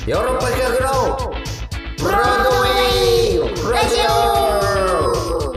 ヨーロッパ企画のブロードウェイラジオ。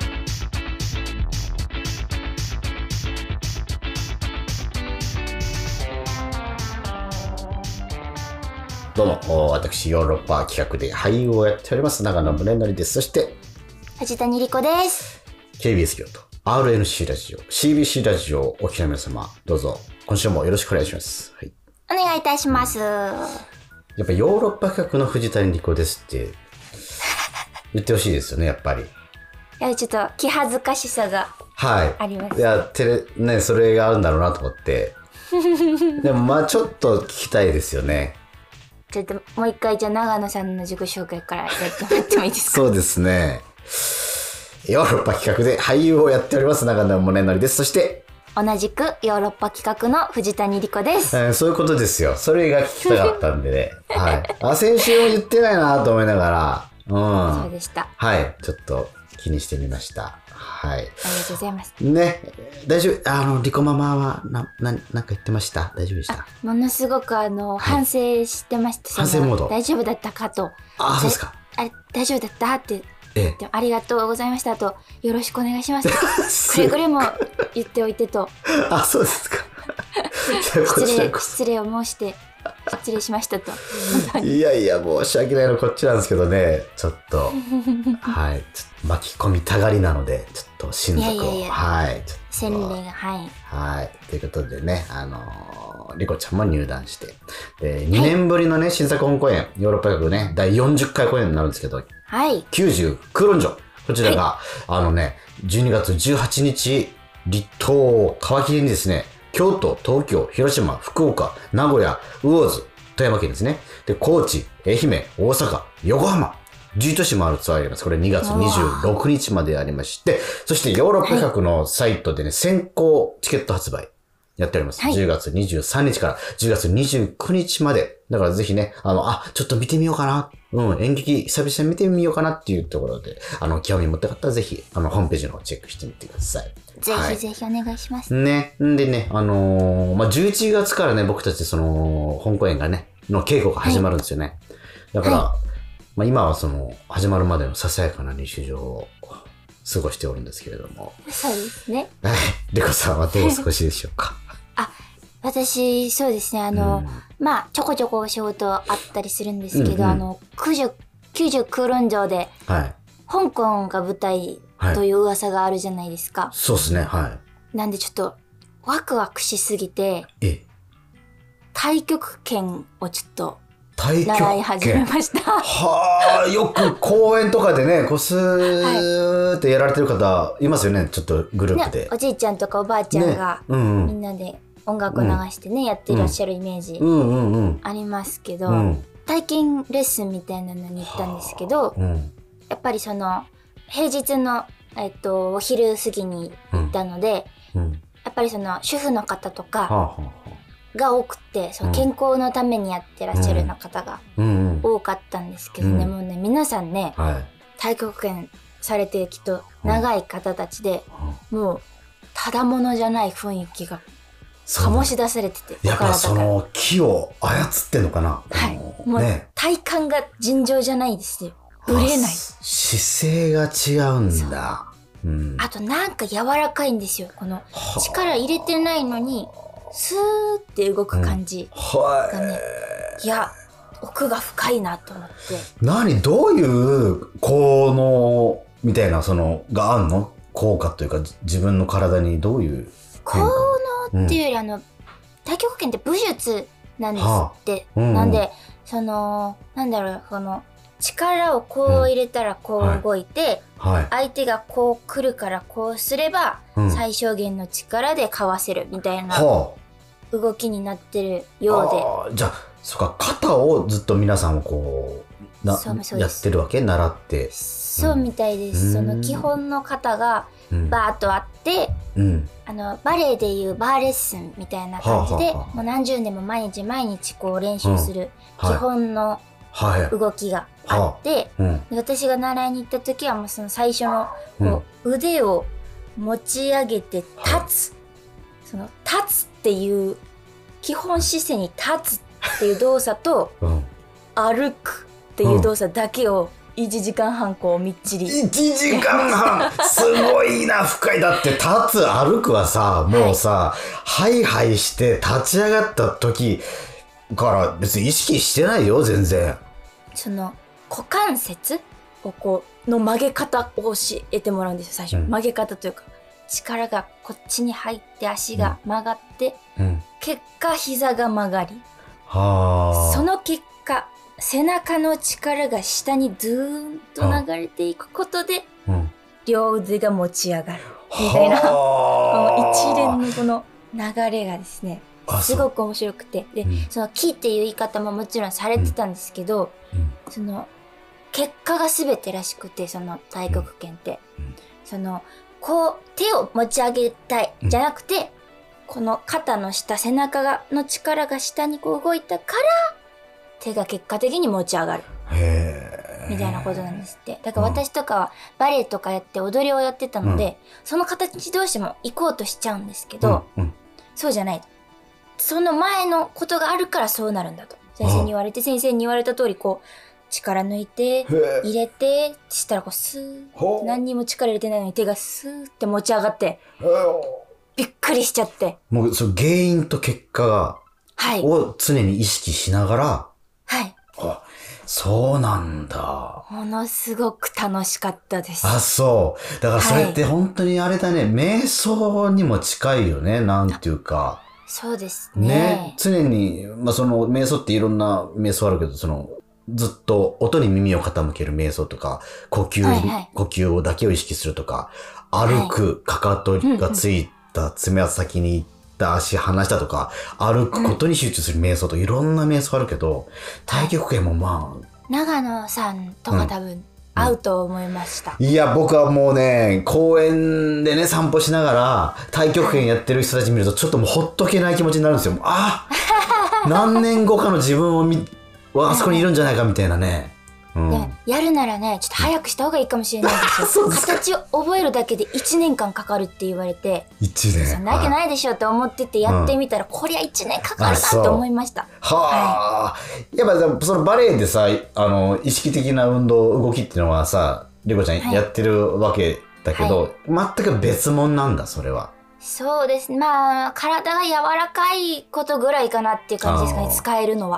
どうも、私ヨーロッパ企画で俳優をやっております長野宗則です。そして藤谷莉子です。 KBS 京都 RNC ラジオ CBC ラジオをお聞きの皆様、どうぞ今週もよろしくお願いします。はい、 お願いいたします。 やっぱヨーロッパ企画の藤谷莉子ですって言ってほしいですよね、やっぱり。いや、ちょっと気恥ずかしさがあります。 いや、ね、それがあるんだろうなと思って。でもまあちょっと聞きたいですよね。 ちょっともう一回じゃあ長野さんの自己紹介からやってもらってもいいですか？ そうですね。ヨーロッパ企画で俳優をやっております長野宗則です。そして同じくヨーロッパ企画の藤谷莉子です。 そういうことですよ。それが聞きたかったんでね。はい。先週も言ってないなと思いながら、 そうでした。 はい。ちょっと気にしてみました。はい。ありがとうございます。 ね。大丈夫。リコママはなんか言ってました？大丈夫でした？ ものすごく反省してました。 反省モード。 大丈夫だったかと。 そうですか。 大丈夫だったって。でもありがとうございましたと、よろしくお願いしますとくれぐれも言っておいてと。 そうですか。 失礼を申して失礼しましたと。 いやいや、申し訳ないのこっちなんですけどね、ちょっとはい、ちょっと巻き込みたがりなので、ちょっと親族をはい洗礼がはいということでね、莉子ちゃんも入団して、で2年ぶりのね新作本公演、ヨーロッパ企画ね第40回公演になるんですけど、90空論城、こちらが、12月18日立冬皮切りにですね、京都、東京、広島、福岡、名古屋、魚津、富山県ですね。で、高知、愛媛、大阪、横浜、10都市回るツアーやります。これ2月26日までありまして、そしてヨーロッパ企画のサイトでね、先行チケット発売やっております。10月23日から10月29日まで。だからぜひね、ちょっと見てみようかな。演劇久々に見てみようかなっていうところで、興味持った方はぜひ、ホームページの方チェックしてみてください。 ぜひぜひお願いします。 ね。んでね、11月からね、僕たち本公演がね、の稽古が始まるんですよね。だから、今は始まるまでのささやかな日常を過ごしておるんですけれども。 そうですね。 莉子さんはどうお過ごしでしょうか？ 私、そうですね、ちょこちょこお仕事あったりするんですけど、90空論城で、香港が舞台という噂があるじゃないですか。 そうですね、 なんでちょっと、ワクワクしすぎて、太極拳をちょっと、習い始めました。 よく公園とかでね、スーってやられてる方いますよね、ちょっとグループで。 おじいちゃんとかおばあちゃんが、みんなで音楽を流してね、やってらっしゃるイメージありますけど、体験レッスンみたいなのに行ったんですけど、やっぱり平日の、お昼過ぎに行ったので、やっぱり主婦の方とかが多くて、健康のためにやってらっしゃるような方が多かったんですけどね、もうね、皆さんね、太極拳されてきっと長い方たちで、もうただものじゃない雰囲気が醸し出されてて、 やっぱ木を操ってんのかな。 もう体幹が尋常じゃないですよ。ぶれない。 姿勢が違うんだ。 あとなんか柔らかいんですよ。力入れてないのにスーって動く感じがね、いや、奥が深いなと思って。 どういう効能みたいながあるの？効果というか、自分の体にどういう効能っていうより、太極拳って武術なんですって。なんでなんだろう、力をこう入れたらこう動いて、相手がこう来るからこうすれば、最小限の力でかわせるみたいな動きになってるようで。 じゃあそっか、肩をずっと皆さんをやってるわけ？習って。 そうみたいです。基本の型がバーッとあって、バレエでいうバーレッスンみたいな感じで、もう何十年も毎日こう練習する基本の動きがあって、私が習いに行った時はもう最初の腕を持ち上げて立つ、立つっていう基本姿勢に立つっていう動作と、 歩くっていう動作だけを1時間半こうみっちり。 1時間半すごいな、深い。だって立つ歩くはさ、もうさ、ハイハイして立ち上がった時から別に意識してないよ、全然。 その股関節をこうの曲げ方を教えてもらうんですよ、最初。曲げ方というか、力がこっちに入って足が曲がって、結果膝が曲がり、その結果背中の力が下にずーんと流れていくことで、両腕が持ち上がるみたいな、この一連のこの流れがですね、すごく面白くて、で、そのキーっていう言い方ももちろんされてたんですけど、その結果が全てらしくて、その太極拳って、そのこう手を持ち上げたいじゃなくて、この肩の下、背中の力が下にこう動いたから手が結果的に持ち上がるみたいなことなんですって。だから私とかはバレエとかやって踊りをやってたので、その形どうしても行こうとしちゃうんですけど、そうじゃない。その前のことがあるからそうなるんだと先生に言われて、先生に言われた通りこう力抜いて入れてしたらこうスーッ、何にも力入れてないのに手がスーって持ち上がってびっくりしちゃって、 もうその原因と結果が、を常に意識しながら、そうなんだ。 ものすごく楽しかったです。 あ、そう。だからそれって本当にあれだね、瞑想にも近いよね、なんていうか。 そうですね。 常に、その瞑想っていろんな瞑想あるけど、そのずっと音に耳を傾ける瞑想とか、呼吸をだけを意識するとか、歩く、かかとがついた爪痕先に行った足離したとか、歩くことに集中する瞑想といろんな瞑想あるけど、太極拳も長野さんとか多分合うと思いました。 いや、僕はもうね、公園でね、散歩しながら、太極拳やってる人たち見ると、ちょっともうほっとけない気持ちになるんですよ。何年後かの自分をあそこにいるんじゃないかみたいなね。 やるならね、ちょっと早くした方がいいかもしれないですよ。形を覚えるだけで1年間かかるって言われて、 1年そんなわけないでしょって思っててやってみたら、こりゃ1年かかるなって思いました。 やっぱそのバレエでさ、意識的な運動、動きっていうのはさ、りこちゃんやってるわけだけど、全く別物なんだ、それは。 そうですね。体が柔らかいことぐらいかなっていう感じですかね、使えるのは。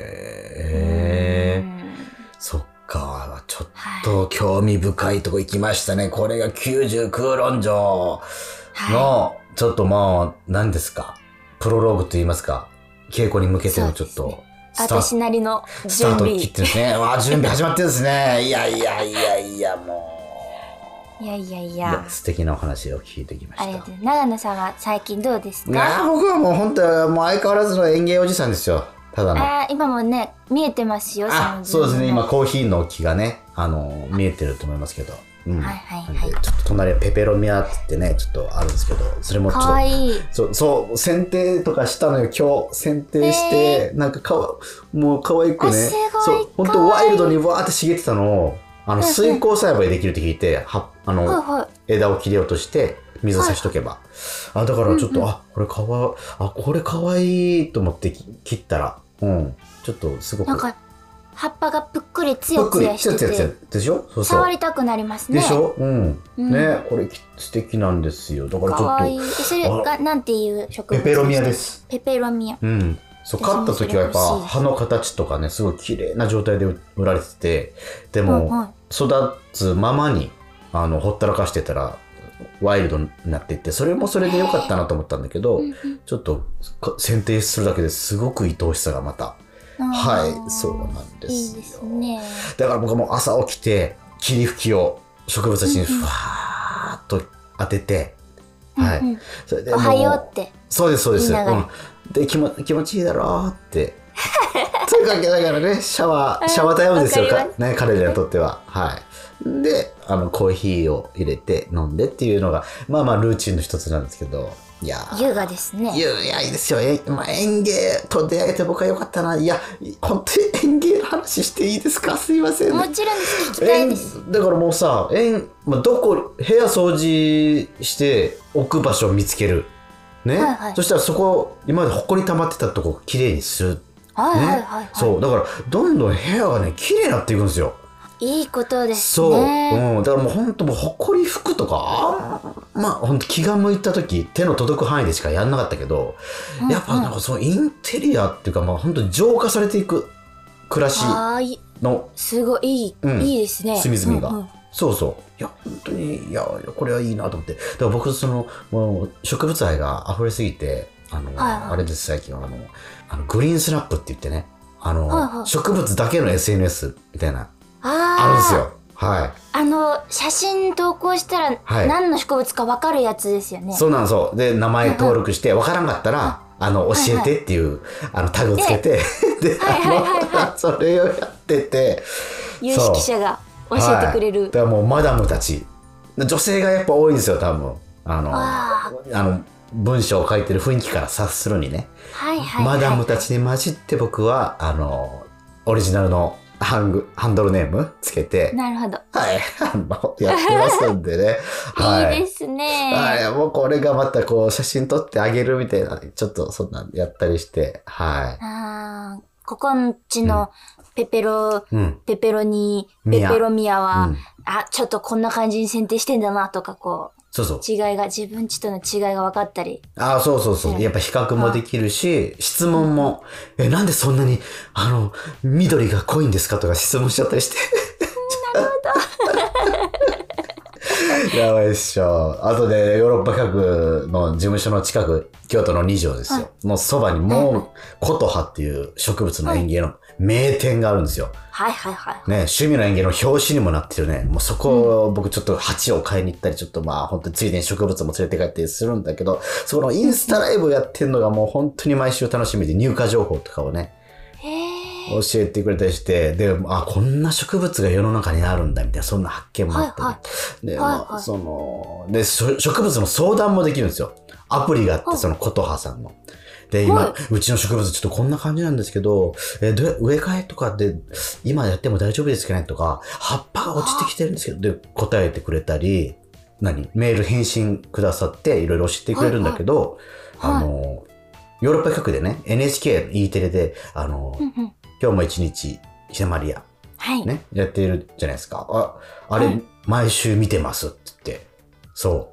そっか、ちょっと興味深いとこ行きましたね。これが90空論城の、ちょっと何ですか、プロローグと言いますか、稽古に向けてのちょっと、 私なりの準備。 スタート切ってるんですね。準備始まってるんですね。いや、もう。いや、素敵なお話を聞いてきました。 ありがとう。長野さんは最近どうですか？ 僕はもう本当はもう相変わらずの園芸おじさんですよ。ただの。 今もね、見えてますよ。 そうですね。今コーヒーの木がね、見えてると思いますけど。ちょっと隣はペペロミアって言ってね、ちょっとあるんですけど、それもちょっと。かわいい。そう、剪定とかしたのよ、今日。剪定して、なんかもう可愛くね。そう、本当ワイルドにわーって茂ってたのを、水耕栽培できるって聞いて、枝を切り落として、水を差しとけば。だからちょっと、これかわいいと思って切ったら、ちょっとすごく。 なんか、葉っぱがぷっくりツヤツヤしてて。 でしょ？ 触りたくなりますね。 でしょ？ね、これ素敵なんですよ。だからちょっと。かわいい。 それがなんていう植物？ ペペロミアです。 ペペロミア。 そう、買った時はやっぱ葉の形とかね、すごい綺麗な状態で売られてて、でも、育つままに、ほったらかしてたら、ワイルドになっていって、それもそれで良かったなと思ったんだけど、ちょっと剪定するだけですごく愛おしさがまた、そうなんですよ。いいですね。だから僕はもう朝起きて、霧吹きを植物たちにふわーっと当てて、それでおはようって。 そうです。で、気持ちいいだろうって。そういう関係だからね、シャワータイムですよ、ね、彼らにとっては。で、コーヒーを入れて飲んでっていうのが、ルーチンの一つなんですけど。いや優雅ですね。 いや、いいですよ。園芸と出会えて僕は良かったな。いや、本当に園芸の話していいですか？すいません、ね。 もちろんです。聞きたいです。 だからもうさ、部屋掃除して置く場所を見つける。ね。そしたらそこ、今まで埃溜まってたとこきれいにする。 はいはいはい。 そう。だから、どんどん部屋がね、綺麗になっていくんですよ。 いいことですね。そう。だからもうほんともう、ほこり拭くとか、まあほんと気が向いた時、手の届く範囲でしかやんなかったけど、やっぱなんかそのインテリアっていうか、まあほんと浄化されていく暮らしの。 すごい、いいですね。 隅々が。そうそう。いや、本当に、いや、これはいいなと思って。だから僕、もう、植物愛が溢れすぎて、あれです、最近は、グリーンスナップって言ってね、植物だけの SNS みたいな、あるんですよ。はい。 写真投稿したら、何の植物か分かるやつですよね。 そうなんですよ。で、名前登録して、分からんかったら、教えてっていう、タグつけて、で、それをやってて、 有識者が教えてくれる。 だからもうマダムたち、女性がやっぱ多いんですよ、多分。文章を書いてる雰囲気から察するにね。マダムたちに混じって僕は、オリジナルのハンドルネームつけて。 なるほど。 はい。やってますんでね。 はい。いいですね。 はい。もうこれがまたこう写真撮ってあげるみたいな、ちょっとそんなんやったりして。はい。 ここんちのペペロニー、ペペロミアは、ちょっとこんな感じに選定してんだなとか、こう。違いが、自分ちとの違いが分かったり。 そう。やっぱ比較もできるし、質問も、なんでそんなに、緑が濃いんですかとか質問しちゃったりして。 なるほど。やばいっしょ。あとでヨーロッパ客の事務所の近く、京都の二条ですよ。のそばにもう、琴葉っていう植物の園芸の名店があるんですよ。 ね、 趣味の園芸の表紙にもなってるね。もうそこを僕ちょっと鉢を買いに行ったり、ちょっとまあ本当についでに植物も連れて帰ったりするんだけど、そのインスタライブやってるのがもう本当に毎週楽しみで、入荷情報とかをね、教えてくれたりして、で、こんな植物が世の中にあるんだみたいな、そんな発見もあって、ね。で、植物の相談もできるんですよ。アプリがあって、その琴葉さんの。で、今、うちの植物ちょっとこんな感じなんですけど、植え替えとかで今やっても大丈夫ですかねとか、葉っぱが落ちてきてるんですけど、で、答えてくれたり、メール返信くださっていろいろ教えてくれるんだけど、ヨーロッパ局でね、NHK、E テレで、今日も一日、ひなまりや、ね、やっているじゃないですか。あれ、毎週見てますって言って、そう。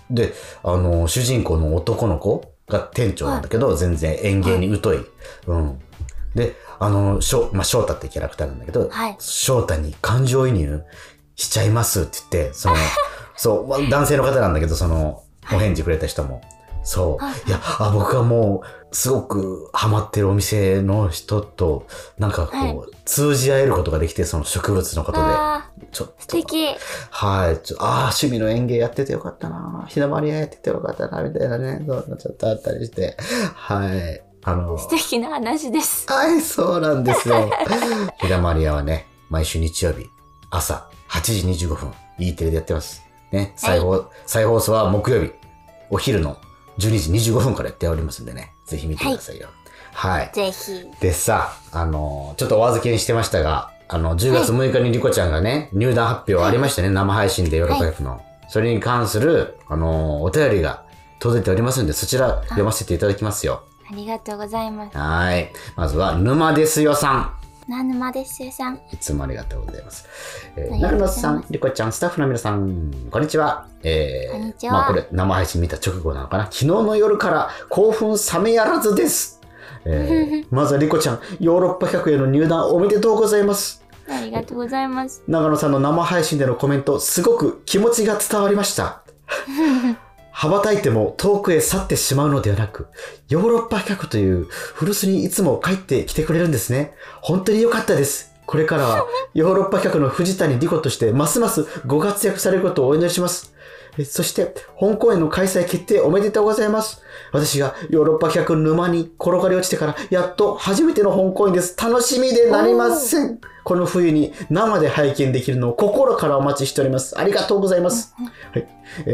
で、主人公の男の子が店長なんだけど、全然園芸に疎い。で、翔太ってキャラクターなんだけど、翔太に感情移入しちゃいますって言って、男性の方なんだけど、お返事くれた人も。いや、僕はもう、すごくハマってるお店の人と、なんかこう、通じ合えることができて、その植物のことで。ちょっと。 素敵。 はい。趣味の園芸やっててよかったな。ひなまりやっててよかったな、みたいなね。そういうのちょっとあったりして。はい。 素敵な話です。 はい、そうなんですよ。ひなまりやはね、毎週日曜日、朝8時25分、E テレでやってます。ね。再放送は木曜日、お昼の12時25分からやっておりますんでね。ぜひ見てくださいよ。はい。 ぜひ。 でさ、ちょっとお預けにしてましたが、10月6日にリコちゃんがね、入団発表ありましたね。生配信でヨーロッパ局の。それに関する、お便りが届いておりますんで、そちら読ませていただきますよ。 ありがとうございます。 はい。まずは、沼ですよさん。 沼ですよさん。 いつもありがとうございます。なるのさん、リコちゃん、スタッフの皆さん、こんにちは。 こんにちは。 まあこれ、生配信見た直後なのかな。昨日の夜から興奮冷めやらずです。まずはリコちゃん、ヨーロッパ客への入団おめでとうございます。 ありがとうございます。 長野さんの生配信でのコメント、すごく気持ちが伝わりました。羽ばたいても遠くへ去ってしまうのではなく、ヨーロッパ客という古巣にいつも帰ってきてくれるんですね。本当に良かったです。これからはヨーロッパ客の藤谷莉子としてますますご活躍されることをお祈りします。そして、本公演の開催決定おめでとうございます。私がヨーロッパ客沼に転がり落ちてから、やっと初めての本公演です。楽しみでなりません。この冬に生で拝見できるのを心からお待ちしております。ありがとうございます。はい。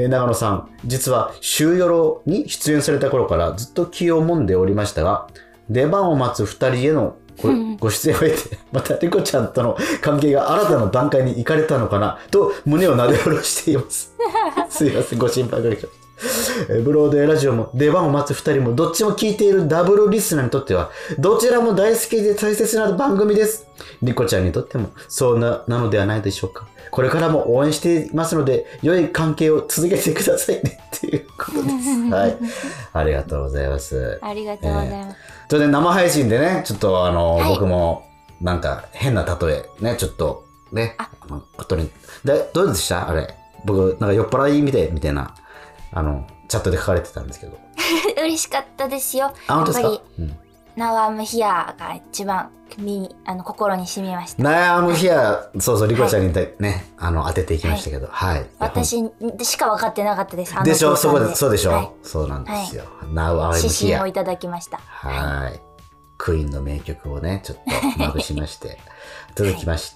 長野さん、実は週よろに出演された頃からずっと気をもんでおりましたが、出番を待つ二人へのご出演を得て、またリコちゃんとの関係が新たな段階に行かれたのかなと胸をなで下ろしています。すいません、ご心配かけちゃいましブロードウェイラジオも出番を待つ二人もどっちも聞いているダブルリスナーにとってはどちらも大好きで大切な番組です。リコちゃんにとってもそうなのではないでしょうか。これからも応援していますので良い関係を続けてくださいねっていうことです。はい。ありがとうございます。 ありがとうございます。 それで生配信でね、ちょっとはい、僕もなんか変な例えね、ちょっとね、ことにでどうでしたあれ。僕なんか酔っ払いみたいなチャットで書かれてたんですけど嬉しかったですよ。 本当ですか。 やっぱり、Now I'm Here が一番心に染みました。 Now I'm Here、そうそう、リコちゃんにね、当てていきましたけど、はい。 私しか分かってなかったです。 でしょ、そうでしょ、はい、そうなんですよ。Now I'm Here。 指針をいただきました。 はい。クイーンの名曲をね、ちょっとまぶしまして。続きまして、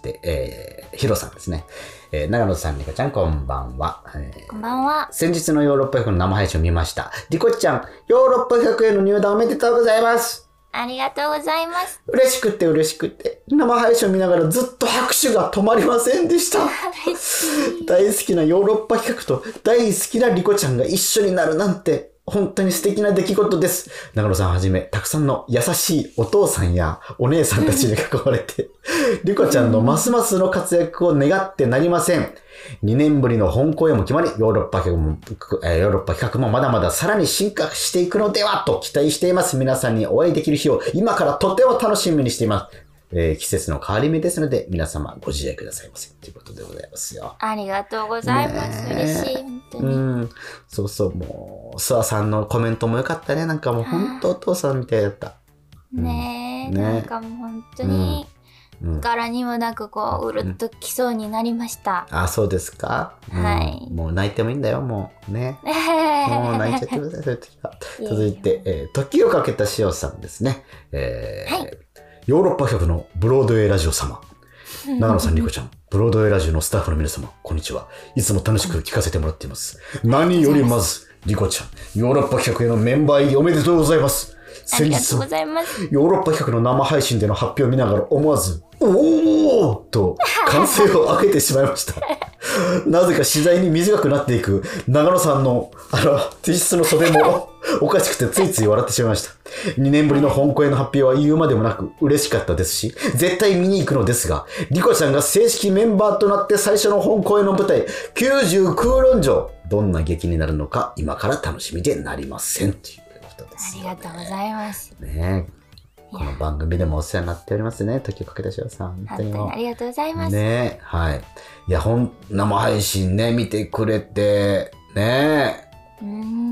ヒロさんですね。長野さん、リコちゃん、こんばんは。 こんばんは。 先日のヨーロッパ100の生配信を見ました。リコちゃん、ヨーロッパ100への入団おめでとうございます。 ありがとうございます。 嬉しくて、生配信を見ながらずっと拍手が止まりませんでした。大好きなヨーロッパ100と大好きなリコちゃんが一緒になるなんて、本当に素敵な出来事です。長野さんはじめ、たくさんの優しいお父さんやお姉さんたちに囲まれて、リコちゃんのますますの活躍を願ってなりません。2年ぶりの本公演も決まり、ヨーロッパ企画もまだまださらに進化していくのではと期待しています。皆さんにお会いできる日を今からとても楽しみにしています。季節の変わり目ですので、皆様ご自愛くださいませ。ということでございますよ。 ありがとうございます。嬉しい、本当に。 そうそう、もう、諏訪さんのコメントもよかったね。なんかもう本当お父さんみたいだった。 なんかもう本当に、柄にもなくうるっときそうになりました。 あ、そうですか。はい。もう泣いてもいいんだよ、もうね。もう泣いちゃってください、そういう時は。続いて、時をかけた塩さんですね。はい。ヨーロッパ100のブロードウェイラジオ様。長野さん、リコちゃん、ブロードウェイラジオのスタッフの皆様、こんにちは。いつも楽しく聞かせてもらっています。何よりまず、リコちゃん、ヨーロッパ100へのメンバー入りおめでとうございます。先日、ヨーロッパ100の生配信での発表を見ながら思わず、おーと歓声を上げてしまいました。なぜか次第に短くなっていく長野さんのT シャツの袖もおかしくてついつい笑ってしまいました。2年ぶりの本公演の発表は言うまでもなく嬉しかったですし、絶対見に行くのですが、リコちゃんが正式メンバーとなって最初の本公演の舞台、90空論城、どんな劇になるのか今から楽しみでなりませんということです、 ありがとうございます。 ねえ。この番組でもお世話になっておりますね。時をかけた塩さん。 本当にありがとうございます。 ね、はい。いや、生配信ね、見てくれて、ね。 う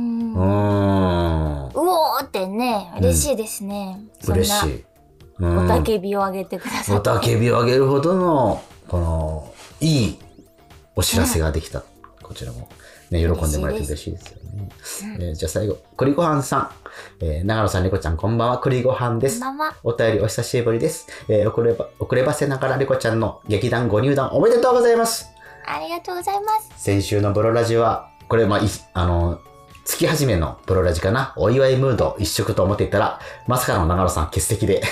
おーってね、嬉しいですね。 嬉しい。 おたけびをあげてください。 おたけびをあげるほどの、いいお知らせができた。こちらも。ね、喜んでもらえて嬉しいですよね。じゃあ最後、栗ごはんさん。長野さん、リコちゃん、こんばんは。栗ごはんです。 こんばんは。 お便りお久しぶりです。遅ればせながらリコちゃんの劇団ご入団おめでとうございます。 ありがとうございます。 先週のブロラジは、これ、月始めのブロラジかな。お祝いムード一色と思っていたら、まさかの長野さん欠席で。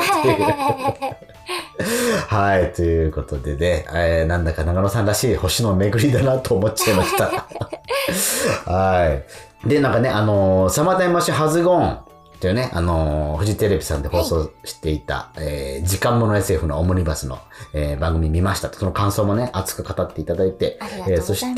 はい、ということでね、なんだか長野さんらしい星の巡りだなと思っちゃいました。はい。で、なんかね、サマータイムマシンハズゴーンというね、フジテレビさんで放送していた、時間物 SF のオムニバスの、番組見ました。その感想もね、熱く語っていただいて、そして、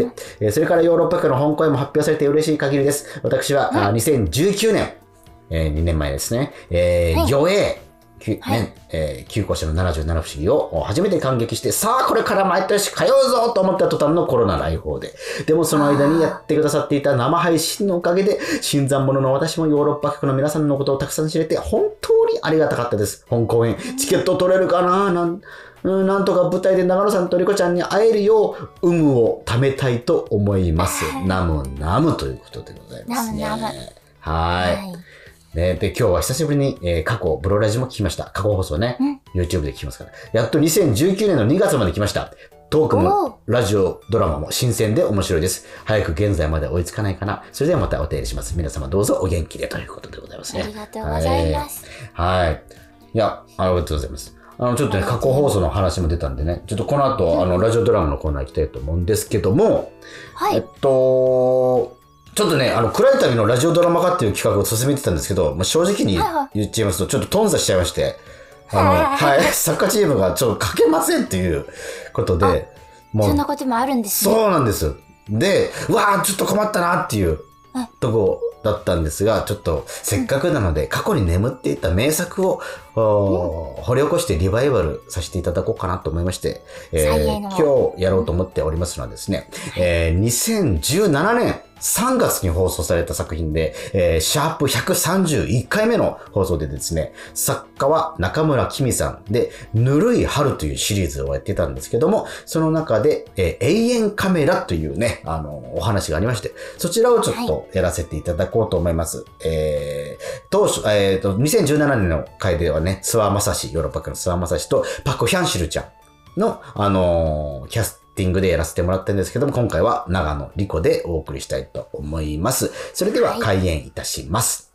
それからヨーロッパ企画の本公演も発表されて嬉しい限りです。私は、2019年、2年前ですね、魚影、旧校舎の77不思議を初めて感激して、さあこれから毎年通うぞと思った途端のコロナ来訪で。でもその間にやってくださっていた生配信のおかげで、新参者の私もヨーロッパ局の皆さんのことをたくさん知れて、本当にありがたかったです。本公演、チケット取れるかななんとか舞台で長野さんとリコちゃんに会えるよう、有無を貯めたいと思います。ナムナムということでございますね。はい。ね、で、今日は久しぶりに、過去、ブロラジも聞きました。過去放送ね、YouTube で聞きますから。やっと2019年の2月まで来ました。トークも、ラジオ、ドラマも新鮮で面白いです。早く現在まで追いつかないかな。それではまたお手入れします。皆様どうぞお元気でということでございますね。 ありがとうございます。 はい。いや、ありがとうございます。ちょっとね、過去放送の話も出たんでね、ちょっとこの後、ラジオドラマのコーナー行きたいと思うんですけども、はい。 ちょっとね、暗い旅のラジオドラマ化っていう企画を進めてたんですけど、まあ、正直に言っちゃいますと、ちょっと頓挫しちゃいまして、はい、サッカーチームがちょっと書けませんっていうことで、 もうそんなこともあるんですね。 そうなんです。で、うわーちょっと困ったなっていうとこだったんですが、ちょっとせっかくなので、過去に眠っていた名作を、掘り起こしてリバイバルさせていただこうかなと思いまして、今日やろうと思っておりますのはですね、2017年3月に放送された作品で、シャープ131回目の放送でですね、作家は中村きみさんで、ぬるい春というシリーズをやってたんですけども、その中で、永遠カメラというね、お話がありまして、そちらをちょっとやらせていただこうと思います。当初、2017年の回ではね、諏訪正史、ヨーロッパ区の諏訪正史とパク・ヒャンシルちゃんの、キャスティングでやらせてもらったんですけども、今回は長野リコでお送りしたいと思います。それでは開演いたします。